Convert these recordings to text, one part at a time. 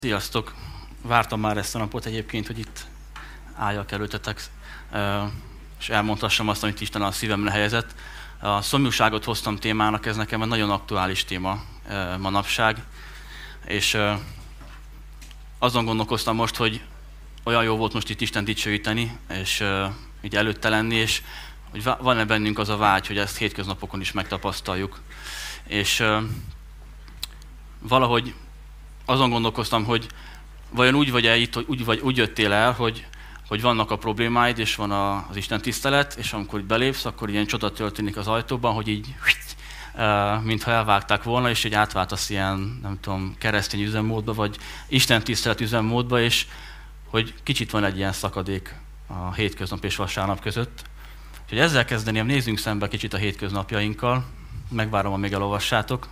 Sziasztok! Vártam már ezt a napot egyébként, hogy itt álljak előttetek, és elmondhassam azt, amit Isten a szívemre helyezett. A szomjúságot hoztam témának, ez nekem egy nagyon aktuális téma manapság, és azon gondolkoztam most, hogy olyan jó volt most itt Isten dicsőíteni, és így előtte lenni, és hogy van-e bennünk az a vágy, hogy ezt hétköznapokon is megtapasztaljuk. És valahogy azon gondolkoztam, hogy vajon úgy vagy-e itt, úgy jöttél el, hogy vannak a problémáid, és van az Isten tisztelet, és amikor itt belépsz, akkor ilyen csoda történik az ajtóban, hogy így, mintha elvágták volna, és így átváltasz ilyen, nem tudom, keresztény üzemmódba, vagy Isten tisztelet üzemmódba, és hogy kicsit van egy ilyen szakadék a hétköznap és vasárnap között. Úgyhogy ezzel kezdeném, nézzünk szembe kicsit a hétköznapjainkkal, megvárom, amíg elolvassátok.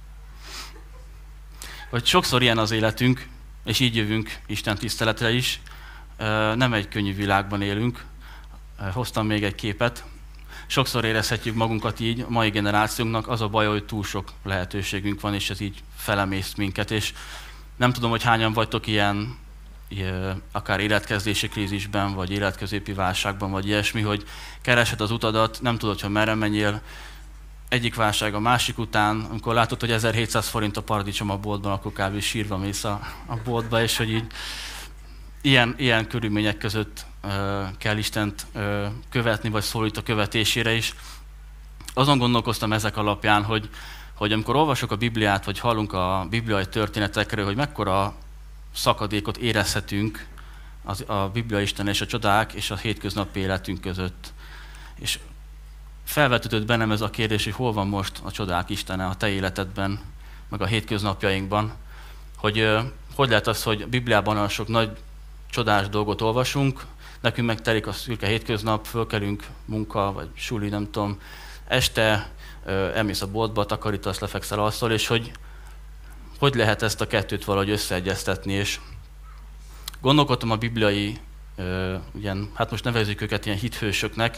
Hogy sokszor ilyen az életünk, és így jövünk Isten tiszteletre is. Nem egy könnyű világban élünk. Hoztam még egy képet. Sokszor érezhetjük magunkat így, a mai generációnknak az a baj, hogy túl sok lehetőségünk van, és ez így felemészt minket. És nem tudom, hogy hányan vagytok ilyen akár életkezdési krízisben, vagy életközépi válságban, vagy ilyesmi, hogy keresed az utadat, nem tudod, hogy merre menjél, egyik válság a másik után, amikor látod, hogy 1700 forint a paradicsom a boltban, akkor kb. Sírva mész a boltba, és hogy így ilyen körülmények között kell Istent követni, vagy szólít a követésére is. Azon gondolkoztam ezek alapján, hogy amikor olvasok a Bibliát, vagy hallunk a bibliai történetekről, hogy mekkora szakadékot érezhetünk a Biblia Isten és a csodák és a hétköznapi életünk között. És felvetődött bennem ez a kérdés, hogy hol van most a csodák Istene a te életedben, meg a hétköznapjainkban, hogy lehet az, hogy a Bibliában olyan sok nagy csodás dolgot olvasunk, nekünk meg telik a szürke hétköznap, fölkelünk, munka, vagy suli, nem tudom, este elmész a boltba, takarítasz, lefekszel alszol, és hogy lehet ezt a kettőt valahogy összeegyeztetni, és gondolkodtam a bibliai, hát most nevezzük őket ilyen hithősöknek,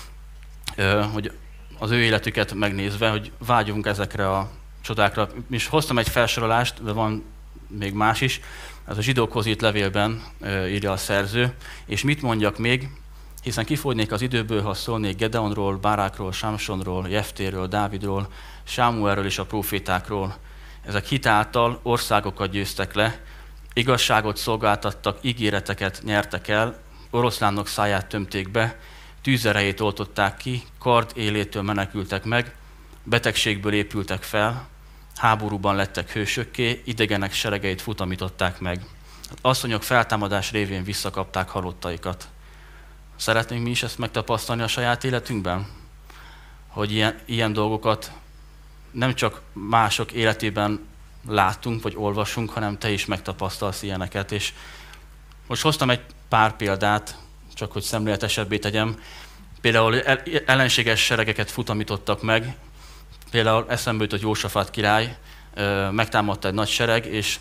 hogy az ő életüket megnézve, hogy vágyunk ezekre a csodákra. És hoztam egy felsorolást, de van még más is. Ez a zsidókhoz írt levélben írja a szerző. És mit mondjak még? Hiszen kifogynék az időből, ha szólnék Gedeonról, Bárákról, Sámsonról, Jeftéről, Dávidról, Sámuelről és a prófétákról. Ezek hit által országokat győztek le, igazságot szolgáltattak, ígéreteket nyertek el, oroszlánok száját tömték be, tűzerejét oltották ki, kard élétől menekültek meg, betegségből épültek fel, háborúban lettek hősökké, idegenek seregeit futamították meg. Az asszonyok feltámadás révén visszakapták halottaikat. Szeretnénk mi is ezt megtapasztalni a saját életünkben? Hogy ilyen dolgokat nem csak mások életében látunk vagy olvasunk, hanem te is megtapasztalsz ilyeneket. És most hoztam egy pár példát, csak hogy szemléletesebbé tegyem. Például ellenséges seregeket futamítottak meg. Például eszembe jutott Jósafát király, megtámadta egy nagy sereg, és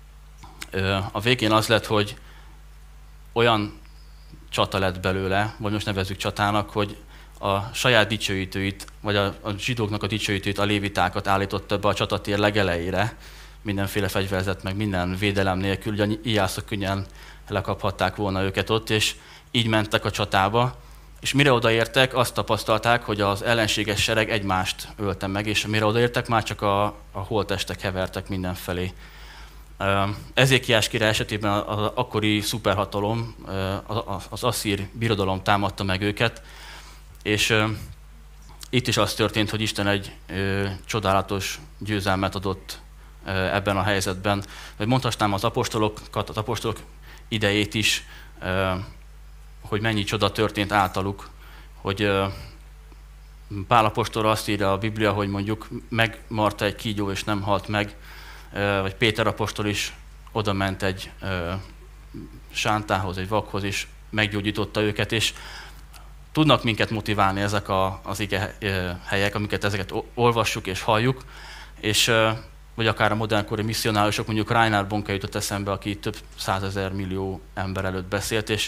a végén az lett, hogy olyan csata lett belőle, vagy most nevezzük csatának, hogy a saját dicsőítőit, vagy a zsidóknak a dicsőítőit, a lévitákat állította be a csatatér legelejére, mindenféle fegyverzet, meg minden védelem nélkül, ugye íjászok könnyen lekaphatták volna őket ott, és így mentek a csatába, és mire odaértek, azt tapasztalták, hogy az ellenséges sereg egymást ölte meg, és mire odaértek, már csak a holttestek hevertek mindenfelé. Ezékiás király esetében az akkori szuperhatalom, az asszír birodalom támadta meg őket, és itt is az történt, hogy Isten egy csodálatos győzelmet adott ebben a helyzetben. Mondhatnám az apostolokat, az apostolok idejét is, hogy mennyi csoda történt általuk, hogy Pál apostol azt írja a Biblia, hogy mondjuk megmarta egy kígyó és nem halt meg, vagy Péter apostol is oda ment egy sántához, egy vakhoz, és meggyógyította őket, és tudnak minket motiválni ezek az ige helyek, amiket ezeket olvassuk és halljuk, és vagy akár a modernkori misszionárosok, mondjuk Reinhard Bonke jutott eszembe, aki több 100 000 millió ember előtt beszélt, és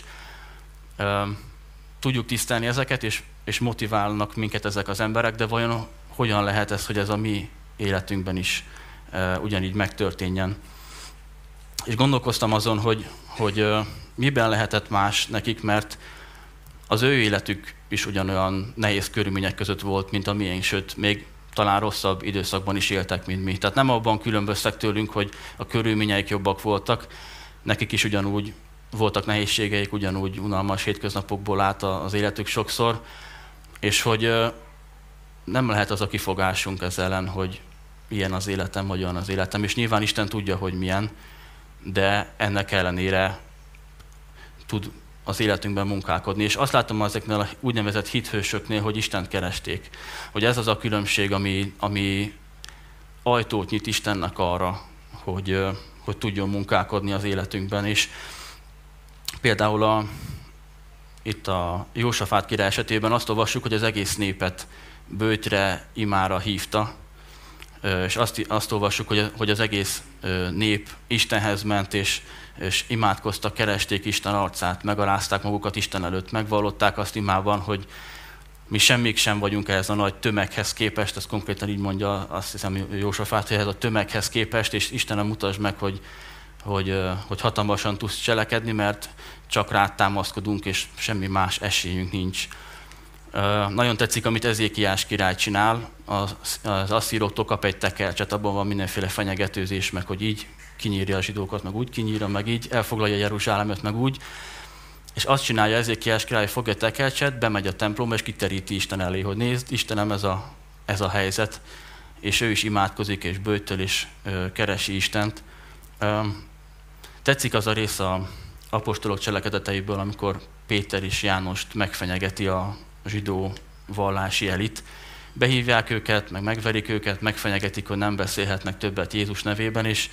tudjuk tisztelni ezeket, és motiválnak minket ezek az emberek, de vajon hogyan lehet ez, hogy ez a mi életünkben is ugyanígy megtörténjen? És gondolkoztam azon, hogy miben lehetett más nekik, mert az ő életük is ugyanolyan nehéz körülmények között volt, mint a miénk, sőt, még talán rosszabb időszakban is éltek, mint mi. Tehát nem abban különböztek tőlünk, hogy a körülményeik jobbak voltak, nekik is ugyanúgy voltak nehézségeik, ugyanúgy unalmas hétköznapokból állt az életük sokszor, és hogy nem lehet az a kifogásunk ezzel ellen, hogy ilyen az életem, vagy olyan az életem, és nyilván Isten tudja, hogy milyen, de ennek ellenére tud az életünkben munkálkodni. És azt látom ezeknél a úgynevezett hithősöknél, hogy Istent keresték. Hogy ez az a különbség, ami ajtót nyit Istennek arra, hogy tudjon munkálkodni az életünkben. És például itt a Jósafát király esetében azt olvassuk, hogy az egész népet böjtre, imára hívta, és azt olvassuk, hogy az egész nép Istenhez ment, és imádkoztak, keresték Isten arcát, megalázták magukat Isten előtt, megvallották azt imában, hogy mi semmik sem vagyunk ehhez a nagy tömeghez képest, ez konkrétan így mondja, azt hiszem Jósafát, hogy ehhez a tömeghez képest, és Istenem mutasd meg, hogy hatalmasan tudsz cselekedni, mert csak rád támaszkodunk, és semmi más esélyünk nincs. Nagyon tetszik, amit Ezékiás király csinál, az asszíroktól kap egy tekercset, abban van mindenféle fenyegetőzés, meg hogy így kinyírja a zsidókat, meg úgy kinyírja, meg így elfoglalja Jeruzsálemet, meg úgy. És azt csinálja Ezékiás király, fogja a tekercset, bemegy a templomba, és kiteríti Isten elé, hogy nézd, Istenem, ez a helyzet. És ő is imádkozik, és böjtöl, és keresi Istent. Tetszik az a rész az apostolok cselekedeteiből, amikor Péter és Jánost megfenyegeti a zsidó vallási elit. Behívják őket, meg megverik őket, megfenyegetik, hogy nem beszélhetnek többet Jézus nevében, és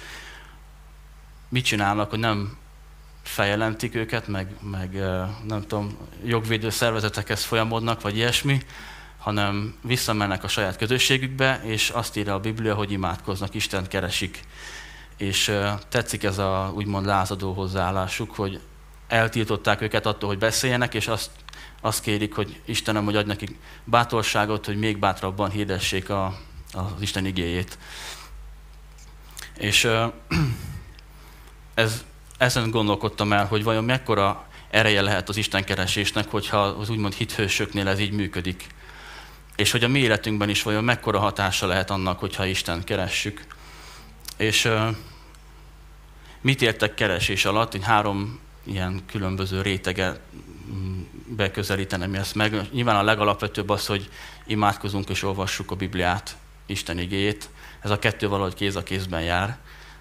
mit csinálnak, hogy nem feljelentik őket, meg nem tudom, jogvédő szervezetekhez folyamodnak, vagy ilyesmi, hanem visszamennek a saját közösségükbe, és azt írja a Biblia, hogy imádkoznak, Istent keresik. És tetszik ez a úgymond lázadó hozzáállásuk, hogy eltiltották őket attól, hogy beszéljenek, és azt kérik, hogy Istenem, hogy adj nekik bátorságot, hogy még bátrabban hirdessék az Isten igéjét. És ezen gondolkodtam el, hogy vajon mekkora ereje lehet az istenkeresésnek, hogyha az úgymond hithősöknél ez így működik. És hogy a mi életünkben is vajon mekkora hatása lehet annak, hogyha Istent keressük. És mit értek keresés alatt? Én 3 ilyen különböző rétege beközelítenem ezt meg. Nyilván a legalapvetőbb az, hogy imádkozunk és olvassuk a Bibliát, Isten igéjét. Ez a 2 valahogy kéz a kézben jár.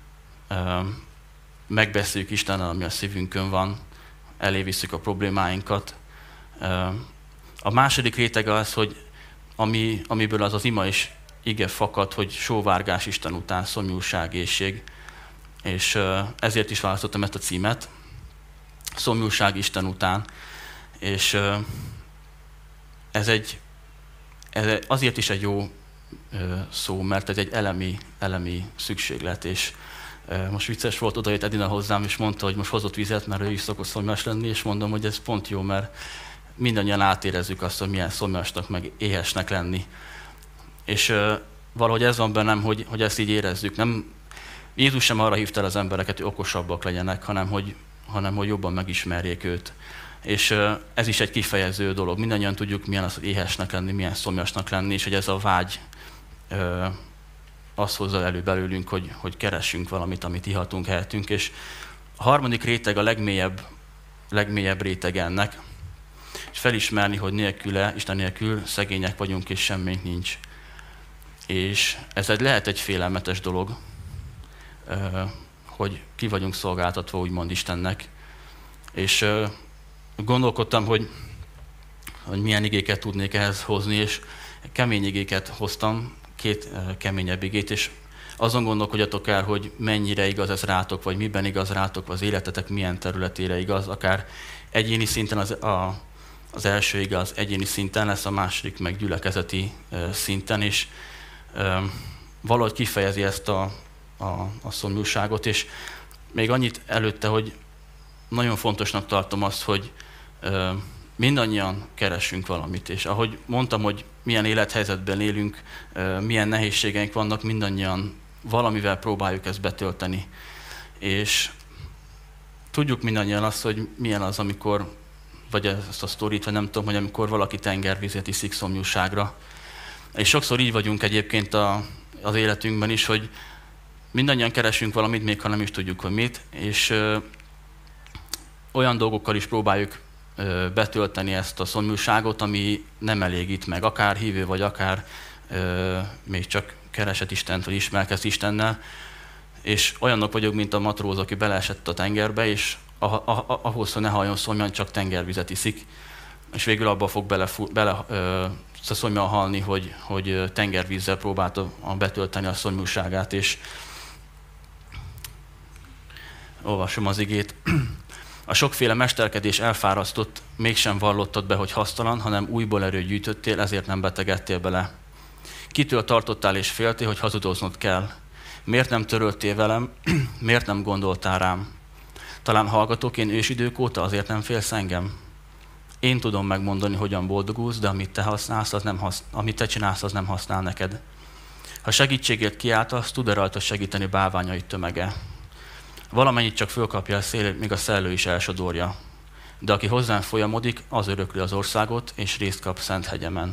Megbeszéljük Istennel, ami a szívünkön van, elévisszük a problémáinkat. A második réteg az, hogy amiből az ima és ige fakad, hogy sóvárgás Isten után, szomjúság, éhség. És ezért is választottam ezt a címet, szomjúság Isten után. És ez azért is egy jó szó, mert ez egy elemi szükséglet, és most vicces volt, odajött Edina hozzám, és mondta, hogy most hozott vizet, mert ő is szokott szomjas lenni, és mondom, hogy ez pont jó, mert mindannyian átérezzük azt, hogy milyen szomjasnak, meg éhesnek lenni. És valahogy ez van bennem, hogy ezt így érezzük. Nem, Jézus sem arra hívta el az embereket, hogy okosabbak legyenek, hanem hogy jobban megismerjék őt. És ez is egy kifejező dolog. Mindannyian tudjuk, milyen az, hogy éhesnek lenni, milyen szomjasnak lenni, és hogy ez a vágy azt hozza elő belőlünk, hogy keressünk valamit, amit ihatunk, ehetünk. És a harmadik réteg a legmélyebb réteg ennek, és felismerni, hogy Isten nélkül szegények vagyunk, és semmink nincs. És ez lehet egy félelmetes dolog, hogy ki vagyunk szolgáltatva, úgymond Istennek. És gondolkodtam, hogy milyen igéket tudnék ehhez hozni, és kemény igéket hoztam, 2 keményebb igét, és azon gondolkodjatok el, hogy mennyire igaz ez rátok, vagy miben igaz rátok, az életetek milyen területére igaz, akár egyéni szinten az első igaz, egyéni szinten lesz, a második meg gyülekezeti szinten, és valahogy kifejezi ezt a szomjúságot, és még annyit előtte, hogy nagyon fontosnak tartom azt, hogy mindannyian keressünk valamit, és ahogy mondtam, hogy milyen élethelyzetben élünk, milyen nehézségeink vannak, mindannyian valamivel próbáljuk ezt betölteni. És tudjuk mindannyian azt, hogy milyen az, amikor, vagy ezt a sztorit, vagy nem tudom, hogy amikor valaki tengervizet iszik szomjúságra. És sokszor így vagyunk egyébként az életünkben is, hogy mindannyian keresünk valamit, még ha nem is tudjuk, hogy mit, és olyan dolgokkal is próbáljuk betölteni ezt a szomjúságot, ami nem elégít meg, akár hívő, vagy akár még csak keresett Istent, vagy ismerkedsz Istennel. És olyanok vagyok, mint a matróz, aki beleesett a tengerbe, és ahhoz, hogy ne halljon szomjan, csak tengervizet iszik, és végül abba fog szomjan halni, hogy tengervízzel próbálta betölteni a szomjúságát, és olvasom az igét. A sokféle mesterkedés elfárasztott, mégsem vallottad be, hogy hasztalan, hanem újból erőt gyűjtöttél, ezért nem betegedtél bele. Kitől tartottál és féltél, hogy hazudoznod kell? Miért nem töröltél velem? Miért nem gondoltál rám? Talán hallgatok én ősidők óta, azért nem félsz engem? Én tudom megmondani, hogyan boldogulsz, de amit te csinálsz, az nem használ neked. Ha segítségért kiáltasz, tud-e rajta segíteni bálványait tömege? Valamennyit csak fölkapja a szél, még a szellő is elsodorja. De aki hozzám folyamodik, az örökli az országot, és részt kap szent hegyemen.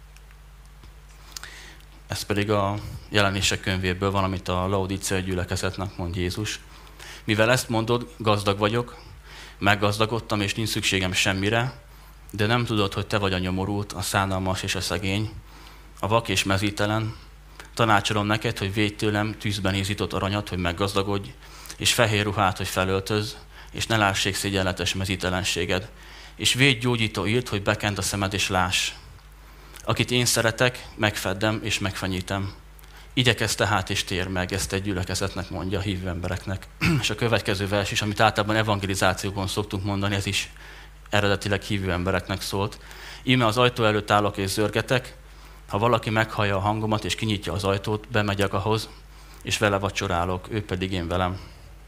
Ez pedig a Jelenések könyvéből valamit a Laodicea gyülekezetnek mond Jézus. Mivel ezt mondod, gazdag vagyok, meggazdagodtam, és nincs szükségem semmire, de nem tudod, hogy te vagy a nyomorult, a szánalmas és a szegény, a vak és mezítelen. Tanácsolom neked, hogy védj tőlem tűzben ízított aranyat, hogy meggazdagodj, és fehér ruhát, hogy felöltöz, és ne lássék szégyenletes mezítelenséged. És védj gyógyító írt, hogy bekend a szemed és láss. Akit én szeretek, megfeddem és megfenyítem. Igyekezz tehát és tér meg, ezt egy gyülekezetnek mondja a hívő embereknek. És a következő vers is, amit általában evangelizációkon szoktunk mondani, ez is eredetileg hívő embereknek szólt. Íme az ajtó előtt állok és zörgetek, ha valaki meghallja a hangomat és kinyitja az ajtót, bemegyek ahhoz, és vele vacsorálok, ő pedig én velem.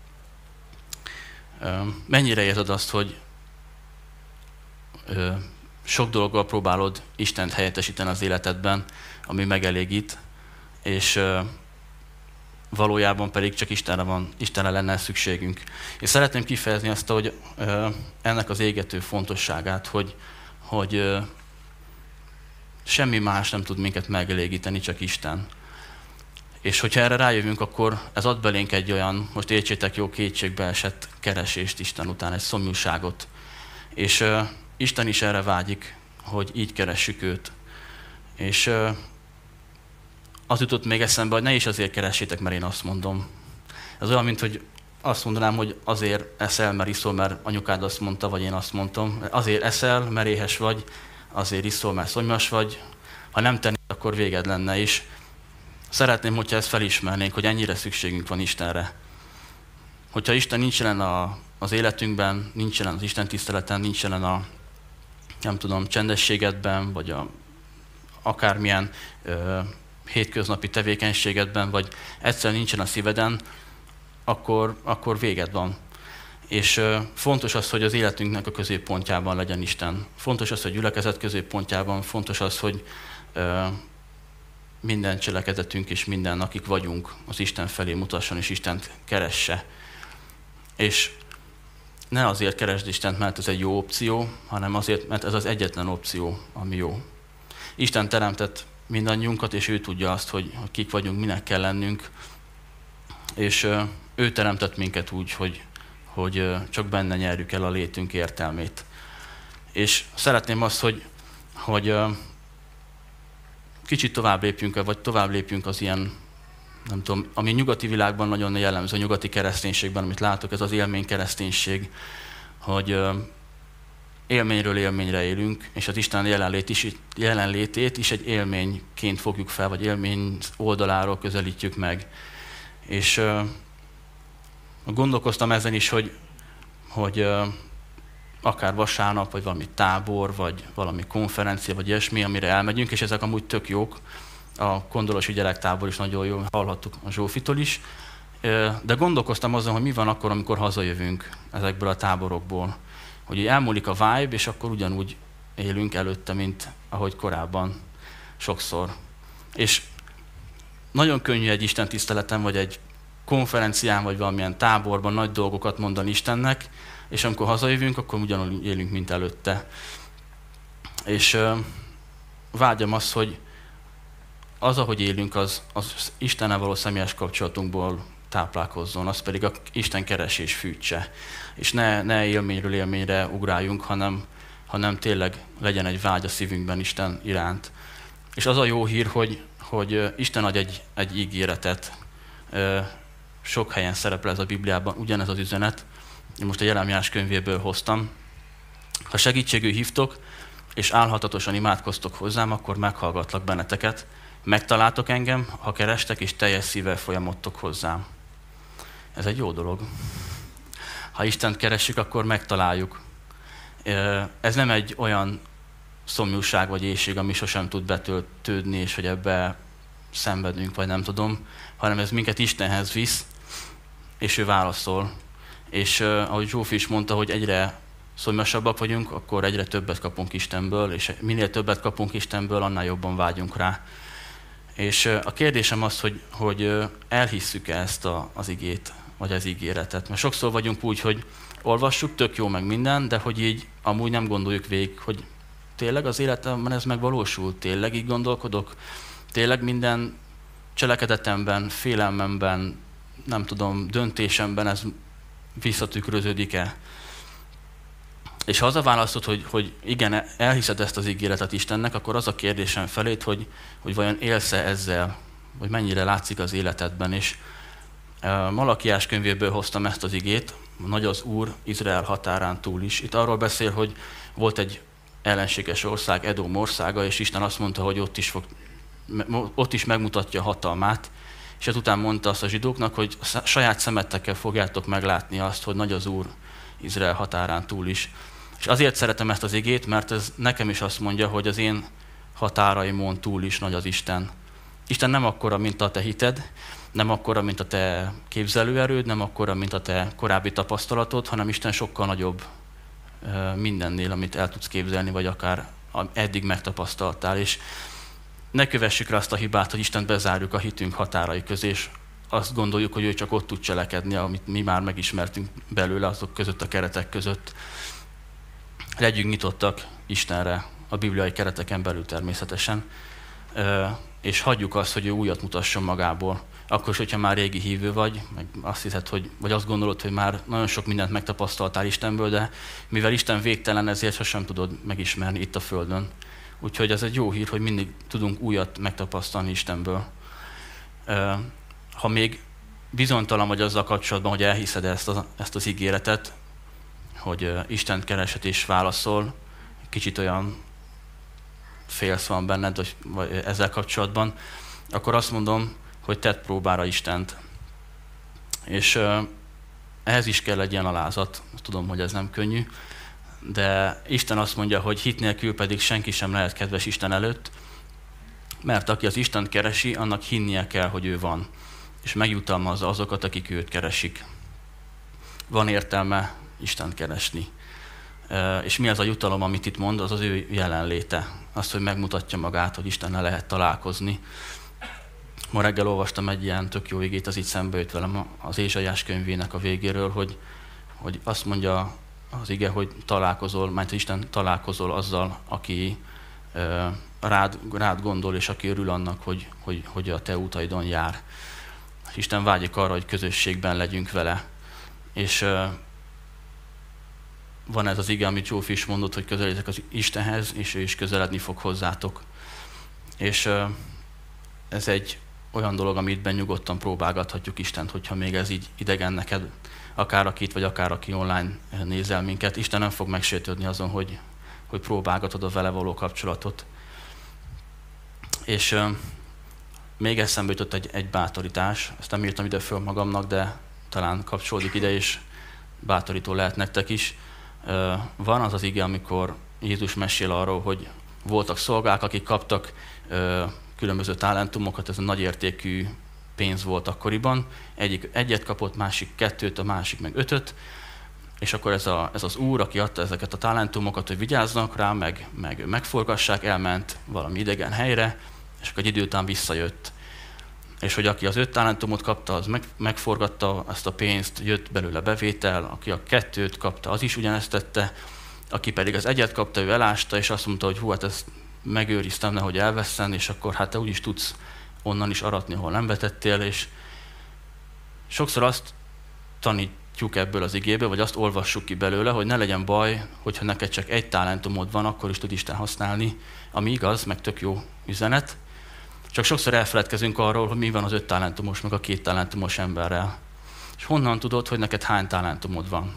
Mennyire érzed azt, hogy sok dologgal próbálod Istent helyettesíteni az életedben, ami megelégít, és valójában pedig csak Istenre lenne szükségünk. És szeretném kifejezni azt, hogy ennek az égető fontosságát, hogy semmi más nem tud minket megelégíteni, csak Isten. És hogyha erre rájövünk, akkor ez ad belénk egy olyan, most értsétek jó, kétségbe esett keresést Isten után, egy szomjúságot. És Isten is erre vágyik, hogy így keressük őt. És az jutott még eszembe, hogy ne is azért keressétek, mert én azt mondom. Ez olyan, mint hogy azt mondanám, hogy azért eszel, mert iszol, mert anyukád azt mondta, vagy én azt mondtam. Azért eszel, mert éhes vagy, azért iszol, mert szomjas vagy. Ha nem tennéd, akkor véged lenne is. Szeretném, hogyha ezt felismernénk, hogy ennyire szükségünk van Istenre. Hogyha Isten nincs jelen az életünkben, nincs jelen az Isten tiszteleten, nincs jelen a csendességedben, vagy akármilyen hétköznapi tevékenységedben, vagy egyszer nincsen a szíveden, akkor véged van. És fontos az, hogy az életünknek a középpontjában legyen Isten. Fontos az, hogy gyülekezet középpontjában, fontos az, hogy minden cselekedetünk és minden, akik vagyunk, az Isten felé mutasson és Istent keresse. És ne azért keresd Istent, mert ez egy jó opció, hanem azért, mert ez az egyetlen opció, ami jó. Isten teremtett mindannyiunkat, és ő tudja azt, hogy kik vagyunk, minek kell lennünk, és ő teremtett minket úgy, hogy csak benne nyerjük el a létünk értelmét. És szeretném azt, hogy kicsit tovább lépjünk az ilyen, nem tudom, ami nyugati világban nagyon jellemző, a nyugati kereszténységben, amit látok, ez az élmény kereszténység, hogy élményről élményre élünk, és az Isten jelenlétét is egy élményként fogjuk fel, vagy élmény oldaláról közelítjük meg. És gondolkoztam ezen is, hogy akár vasárnap, vagy valami tábor, vagy valami konferencia, vagy ilyesmi, amire elmegyünk, és ezek amúgy tök jók. A kondolosi gyerektábor is nagyon jó, hallhattuk a Zsófitól is. De gondolkoztam azon, hogy mi van akkor, amikor hazajövünk ezekből a táborokból. Hogy elmúlik a vibe, és akkor ugyanúgy élünk előtte, mint ahogy korábban sokszor. És nagyon könnyű egy Isten tiszteleten, vagy egy konferencián vagy valamilyen táborban nagy dolgokat mondani Istennek, és amikor hazajövünk, akkor ugyanúgy élünk, mint előtte. És vágyam azt, hogy az, ahogy élünk, az Istennel való személyes kapcsolatunkból táplálkozzon, az pedig a Isten keresés fűtse. És ne élményről élményre ugráljunk, hanem tényleg legyen egy vágy a szívünkben Isten iránt. És az a jó hír, hogy Isten ad egy ígéretet. Sok helyen szerepel ez a Bibliában, ugyanez az üzenet. Én most a Jeremiás könyvéből hoztam. Ha segítségül hívtok, és álhatatosan imádkoztok hozzám, akkor meghallgatlak benneteket. Megtaláltok engem, ha kerestek, és teljes szívvel folyamodtok hozzám. Ez egy jó dolog. Ha Istent keressük, akkor megtaláljuk. Ez nem egy olyan szomjúság vagy éhség, ami sosem tud betöltődni, és hogy ebbe szenvedünk, vagy nem tudom, hanem ez minket Istenhez visz, és ő válaszol. És ahogy Zsófi is mondta, hogy egyre szomjasabbak vagyunk, akkor egyre többet kapunk Istenből, és minél többet kapunk Istenből, annál jobban vágyunk rá. És a kérdésem az, hogy elhisszük-e ezt az igét, vagy az ígéretet. Mert sokszor vagyunk úgy, hogy olvassuk, tök jó meg minden, de hogy így amúgy nem gondoljuk végig, hogy tényleg az életemben ez megvalósul, tényleg így gondolkodok, tényleg minden cselekedetemben, félelmemben, nem tudom, döntésemben ez visszatükröződik-e. És ha az a választod, hogy igen, elhiszed ezt az ígéretet Istennek, akkor az a kérdésem felét, hogy vajon élsz-e ezzel, vagy mennyire látszik az életedben. És Malakiás könyvéből hoztam ezt az igét, nagy az Úr Izrael határán túl is. Itt arról beszél, hogy volt egy ellenséges ország, Edom országa, és Isten azt mondta, hogy ott is megmutatja a hatalmát, és ezután mondta azt a zsidóknak, hogy saját szemetekkel fogjátok meglátni azt, hogy nagy az Úr Izrael határán túl is. És azért szeretem ezt az igét, mert ez nekem is azt mondja, hogy az én határaimon túl is nagy az Isten. Isten nem akkora, mint a te hited, nem akkora, mint a te képzelőerőd, nem akkora, mint a te korábbi tapasztalatod, hanem Isten sokkal nagyobb mindennél, amit el tudsz képzelni, vagy akár eddig megtapasztaltál. És ne kövessük rá azt a hibát, hogy Istent bezárjuk a hitünk határai közé, és azt gondoljuk, hogy ő csak ott tud cselekedni, amit mi már megismertünk belőle, azok között, a keretek között. Legyünk nyitottak Istenre, a bibliai kereteken belül természetesen, és hagyjuk azt, hogy ő újat mutasson magából. Akkor is, hogyha már régi hívő vagy, meg azt hiszed, vagy azt gondolod, hogy már nagyon sok mindent megtapasztaltál Istenből, de mivel Isten végtelen, ezért sosem tudod megismerni itt a Földön. Úgyhogy ez egy jó hír, hogy mindig tudunk újat megtapasztalni Istenből. Ha még bizonytalan vagy azzal kapcsolatban, hogy elhiszed ezt az ígéretet, hogy Istent keresed és válaszol, kicsit olyan félsz van benned vagy ezzel kapcsolatban, akkor azt mondom, hogy tedd próbára Istent. És ehhez is kell egy ilyen alázat. Tudom, hogy ez nem könnyű, de Isten azt mondja, hogy hit nélkül pedig senki sem lehet kedves Isten előtt, mert aki az Istent keresi, annak hinnie kell, hogy ő van, és megjutalmazza azokat, akik őt keresik. Van értelme Istent keresni. És mi az a jutalom, amit itt mond, az az ő jelenléte. Azt, hogy megmutatja magát, hogy Istennel lehet találkozni. Ma reggel olvastam egy ilyen tök jó igét, az itt szembe jött velem az Ézsaiás könyvének a végéről, hogy azt mondja az ige, hogy találkozol, mert Isten találkozol azzal, aki rád gondol, és aki örül annak, hogy a te utaidon jár. Isten vágyik arra, hogy közösségben legyünk vele. És van ez az ige, amit Zsófi is mondott, hogy közeledjetek az Istenhez, és ő is közeledni fog hozzátok. És ez egy olyan dolog, amit nyugodtan próbálgathatjuk Istent, hogyha még ez így idegen neked, akár akit, vagy akár aki online nézel minket. Isten nem fog megsértődni azon, hogy próbálgatod a vele való kapcsolatot. És még eszembe jutott egy bátorítás, ezt nem írtam ide föl magamnak, de talán kapcsolódik ide, és bátorító lehet nektek is. Van az az ige, amikor Jézus mesél arról, hogy voltak szolgák, akik kaptak különböző talentumokat, ez a nagy értékű pénz volt akkoriban. Egyik egyet kapott, másik kettőt, a másik meg 5-öt, és akkor ez az úr, aki adta ezeket a talentumokat, hogy vigyázzanak rá, megforgassák, elment valami idegen helyre, és akkor egy idő után visszajött. És hogy aki az 5 talentumot kapta, az megforgatta ezt a pénzt, jött belőle bevétel, aki a 2 kapta, az is ugyanezt tette, aki pedig az 1 kapta, ő elásta, és azt mondta, hogy hú, hát ezt megőriztem, nehogy elvesszen, és akkor hát te úgyis tudsz onnan is aratni, ahol nem vetettél, és sokszor azt tanítjuk ebből az igéből, vagy azt olvassuk ki belőle, hogy ne legyen baj, hogyha neked csak 1 talentumod van, akkor is tud Isten használni, ami igaz, meg tök jó üzenet. Csak sokszor elfeledkezünk arról, hogy mi van az 5 talentumos, meg a 2 talentumos emberrel. És honnan tudod, hogy neked hány talentumod van?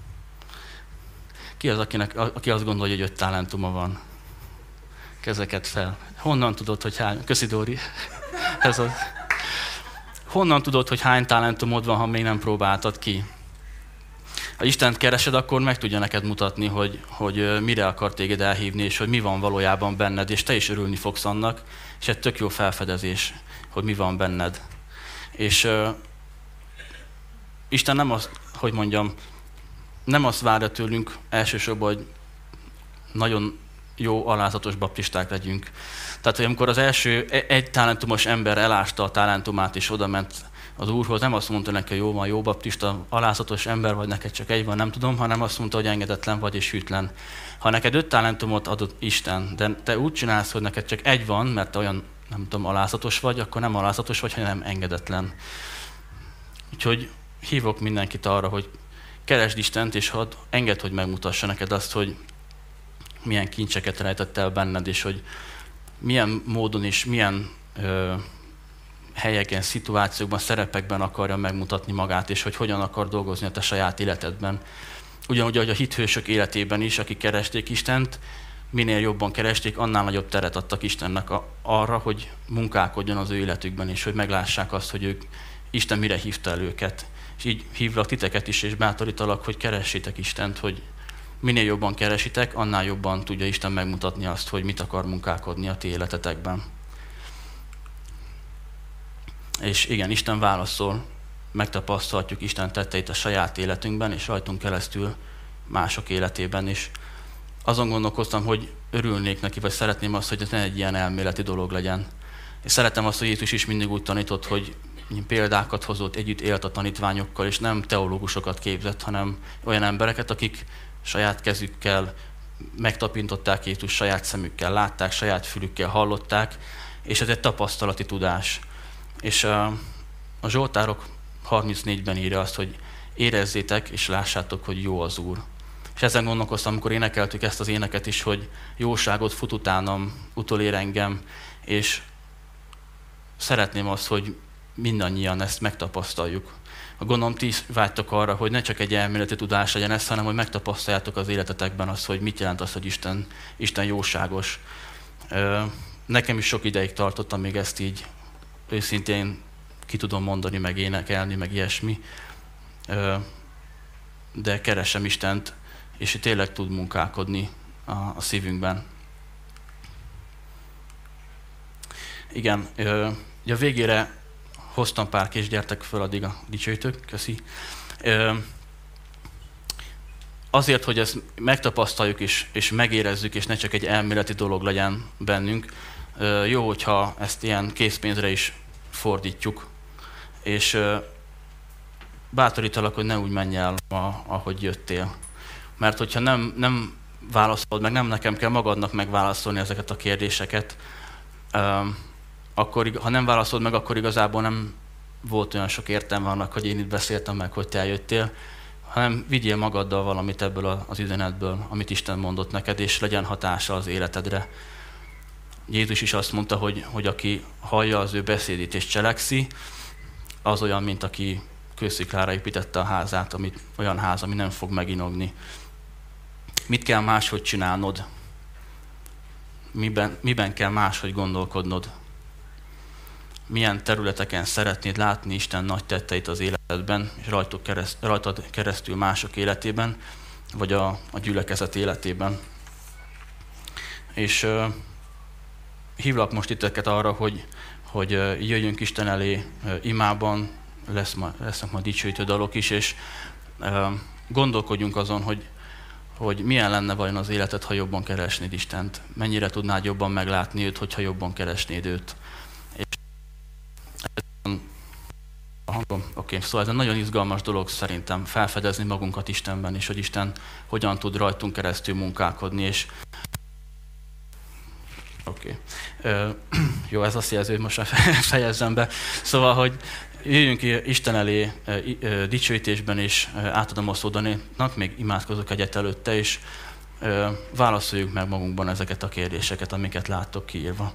Ki az, aki azt gondolja, hogy 5 talentuma van? Kezeket fel. Honnan tudod, hogy hány? Köszi, Dóri. Ez az. Honnan tudod, hogy hány talentumod van, ha még nem próbáltad ki? Ha Istent keresed, akkor meg tudja neked mutatni, hogy mire akar téged elhívni, és hogy mi van valójában benned, és te is örülni fogsz annak, és egy tök jó felfedezés, hogy mi van benned. És Isten nem azt, hogy mondjam, nem azt várja tőlünk elsősorban, hogy nagyon jó, alázatos baptisták legyünk. Tehát, hogy amikor az első 1 talentumos ember elásta a talentumát, és oda ment az Úrhoz, nem azt mondta neki, hogy jó baptista, alázatos ember vagy, neked csak 1 van, nem tudom, hanem azt mondta, hogy engedetlen vagy és hűtlen. Ha neked 5 talentumot adott Isten, de te úgy csinálsz, hogy neked csak 1 van, mert te olyan, nem tudom, alázatos vagy, akkor nem alázatos vagy, hanem engedetlen. Úgyhogy hívok mindenkit arra, hogy keresd Istent, és engedd, hogy megmutassa neked azt, hogy milyen kincseket rejtett el benned, és hogy milyen módon és milyen helyeken, szituációkban, szerepekben akarja megmutatni magát, és hogy hogyan akar dolgozni a te saját életedben. Ugyanúgy, ahogy a hithősök életében is, akik keresték Istent, minél jobban keresték, annál nagyobb teret adtak Istennek arra, hogy munkálkodjon az ő életükben, és hogy meglássák azt, hogy ők Isten mire hívta el őket. És így hívlak titeket is, és bátorítalak, hogy keressétek Istent, hogy minél jobban keresitek, annál jobban tudja Isten megmutatni azt, hogy mit akar munkálkodni a ti életetekben. És igen, Isten válaszol, megtapasztalhatjuk Isten tetteit a saját életünkben, és rajtunk keresztül mások életében is. Azon gondolkoztam, hogy örülnék neki, vagy szeretném azt, hogy ez ne egy ilyen elméleti dolog legyen. És szeretem azt, hogy Jézus is mindig úgy tanított, hogy példákat hozott, együtt élt a tanítványokkal, és nem teológusokat képzett, hanem olyan embereket, akik saját kezükkel megtapintották Jézus, saját szemükkel látták, saját fülükkel hallották, és ez egy tapasztalati tudás. És a Zsoltárok 34-ben írja azt, hogy érezzétek és lássátok, hogy jó az Úr. És ezen gondolkoztam, amikor énekeltük ezt az éneket is, hogy jóságot fut utánam, utolér engem, és szeretném azt, hogy mindannyian ezt megtapasztaljuk. Gondolom, ti is vágytok arra, hogy ne csak egy elméleti tudás legyen ez, hanem hogy megtapasztaljátok az életetekben azt, hogy mit jelent az, hogy Isten jóságos. Nekem is sok ideig tartott, amíg ezt így őszintén ki tudom mondani, meg énekelni, meg ilyesmi. De keresem Istent, és tényleg tud munkálkodni a szívünkben. Igen, a végére hoztam pár kés, gyertek föl, addig a dicsőítők, köszi. Azért, hogy ezt megtapasztaljuk és megérezzük, és ne csak egy elméleti dolog legyen bennünk, jó, hogyha ezt ilyen készpénzre is fordítjuk, és bátorítalak, hogy ne úgy menj el, ahogy jöttél. Mert hogyha nem válaszolod meg, nem nekem kell magadnak megválaszolni ezeket a kérdéseket, akkor, ha nem válaszolod meg, akkor igazából nem volt olyan sok értelme annak, hogy én itt beszéltem meg, hogy te eljöttél, hanem vigyél magaddal valamit ebből az üzenetből, amit Isten mondott neked, és legyen hatása az életedre. Jézus is azt mondta, hogy aki hallja az ő beszédét és cselekszi, az olyan, mint aki kősziklára építette a házát, olyan ház, ami nem fog meginogni. Mit kell máshogy csinálnod? Miben kell máshogy gondolkodnod? Milyen területeken szeretnéd látni Isten nagy tetteit az életedben, és rajtad keresztül mások életében, vagy a gyülekezet életében. És hívlak most titeket arra, hogy jöjjünk Isten elé imában, lesznek majd dicsőítő dalok is, és gondolkodjunk azon, hogy milyen lenne vajon az életed, ha jobban keresnéd Istent. Mennyire tudnád jobban meglátni őt, hogyha jobban keresnéd őt. És hangom. Oké. Szóval ez egy nagyon izgalmas dolog szerintem felfedezni magunkat Istenben, és hogy Isten hogyan tud rajtunk keresztül munkálkodni, és jó, ez azt jelzi, hogy most fejezzem be. Szóval, hogy jöjjünk Isten elé dicsőítésben, és átadom a szót Danénak, még imádkozok egyet előtte, és válaszoljuk meg magunkban ezeket a kérdéseket, amiket láttok kiírva.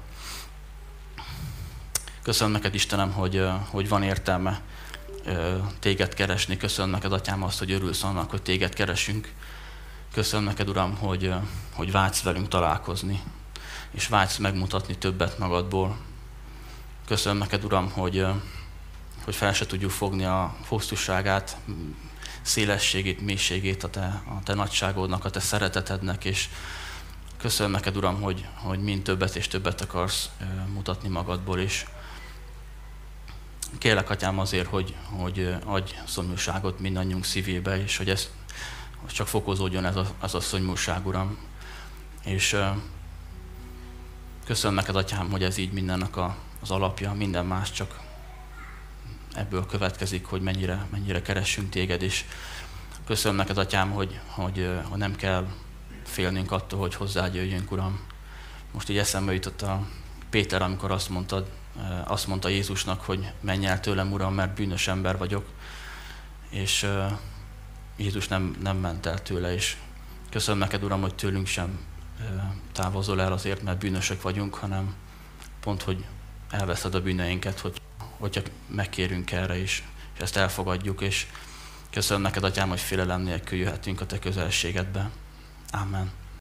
Köszönöm neked, Istenem, hogy van értelme téged keresni. Köszönöm neked, Atyám, azt, hogy örülsz annak, hogy téged keresünk. Köszönöm neked, Uram, hogy vágysz velünk találkozni, és vágysz megmutatni többet magadból. Köszönöm neked, Uram, hogy fel se tudjuk fogni a hosszúságát, szélességét, mélységét a te nagyságodnak, a te szeretetednek, és köszönöm neked, Uram, hogy mind többet és többet akarsz mutatni magadból is. Kérlek, Atyám, azért, hogy adj szomjúságot mindannyiunk szívébe, és hogy ez csak fokozódjon ez a szomjúság, Uram. És köszönöm neked, Atyám, hogy ez így mindennek az alapja, minden más csak ebből következik, hogy mennyire keressünk téged, és köszönöm neked, Atyám, hogy nem kell félnünk attól, hogy hozzád jöjjünk, Uram. Most így eszembe jutott a Péter, amikor azt mondta Jézusnak, hogy menj el tőlem, Uram, mert bűnös ember vagyok, és Jézus nem ment el tőle, és köszönöm neked, Uram, hogy tőlünk sem távozol el azért, mert bűnösök vagyunk, hanem pont, hogy elveszed a bűneinket, hogyha megkérünk erre is, és ezt elfogadjuk, és köszönöm neked, Atyám, hogy félelem nélkül jöhetünk a te közelségedbe. Amen.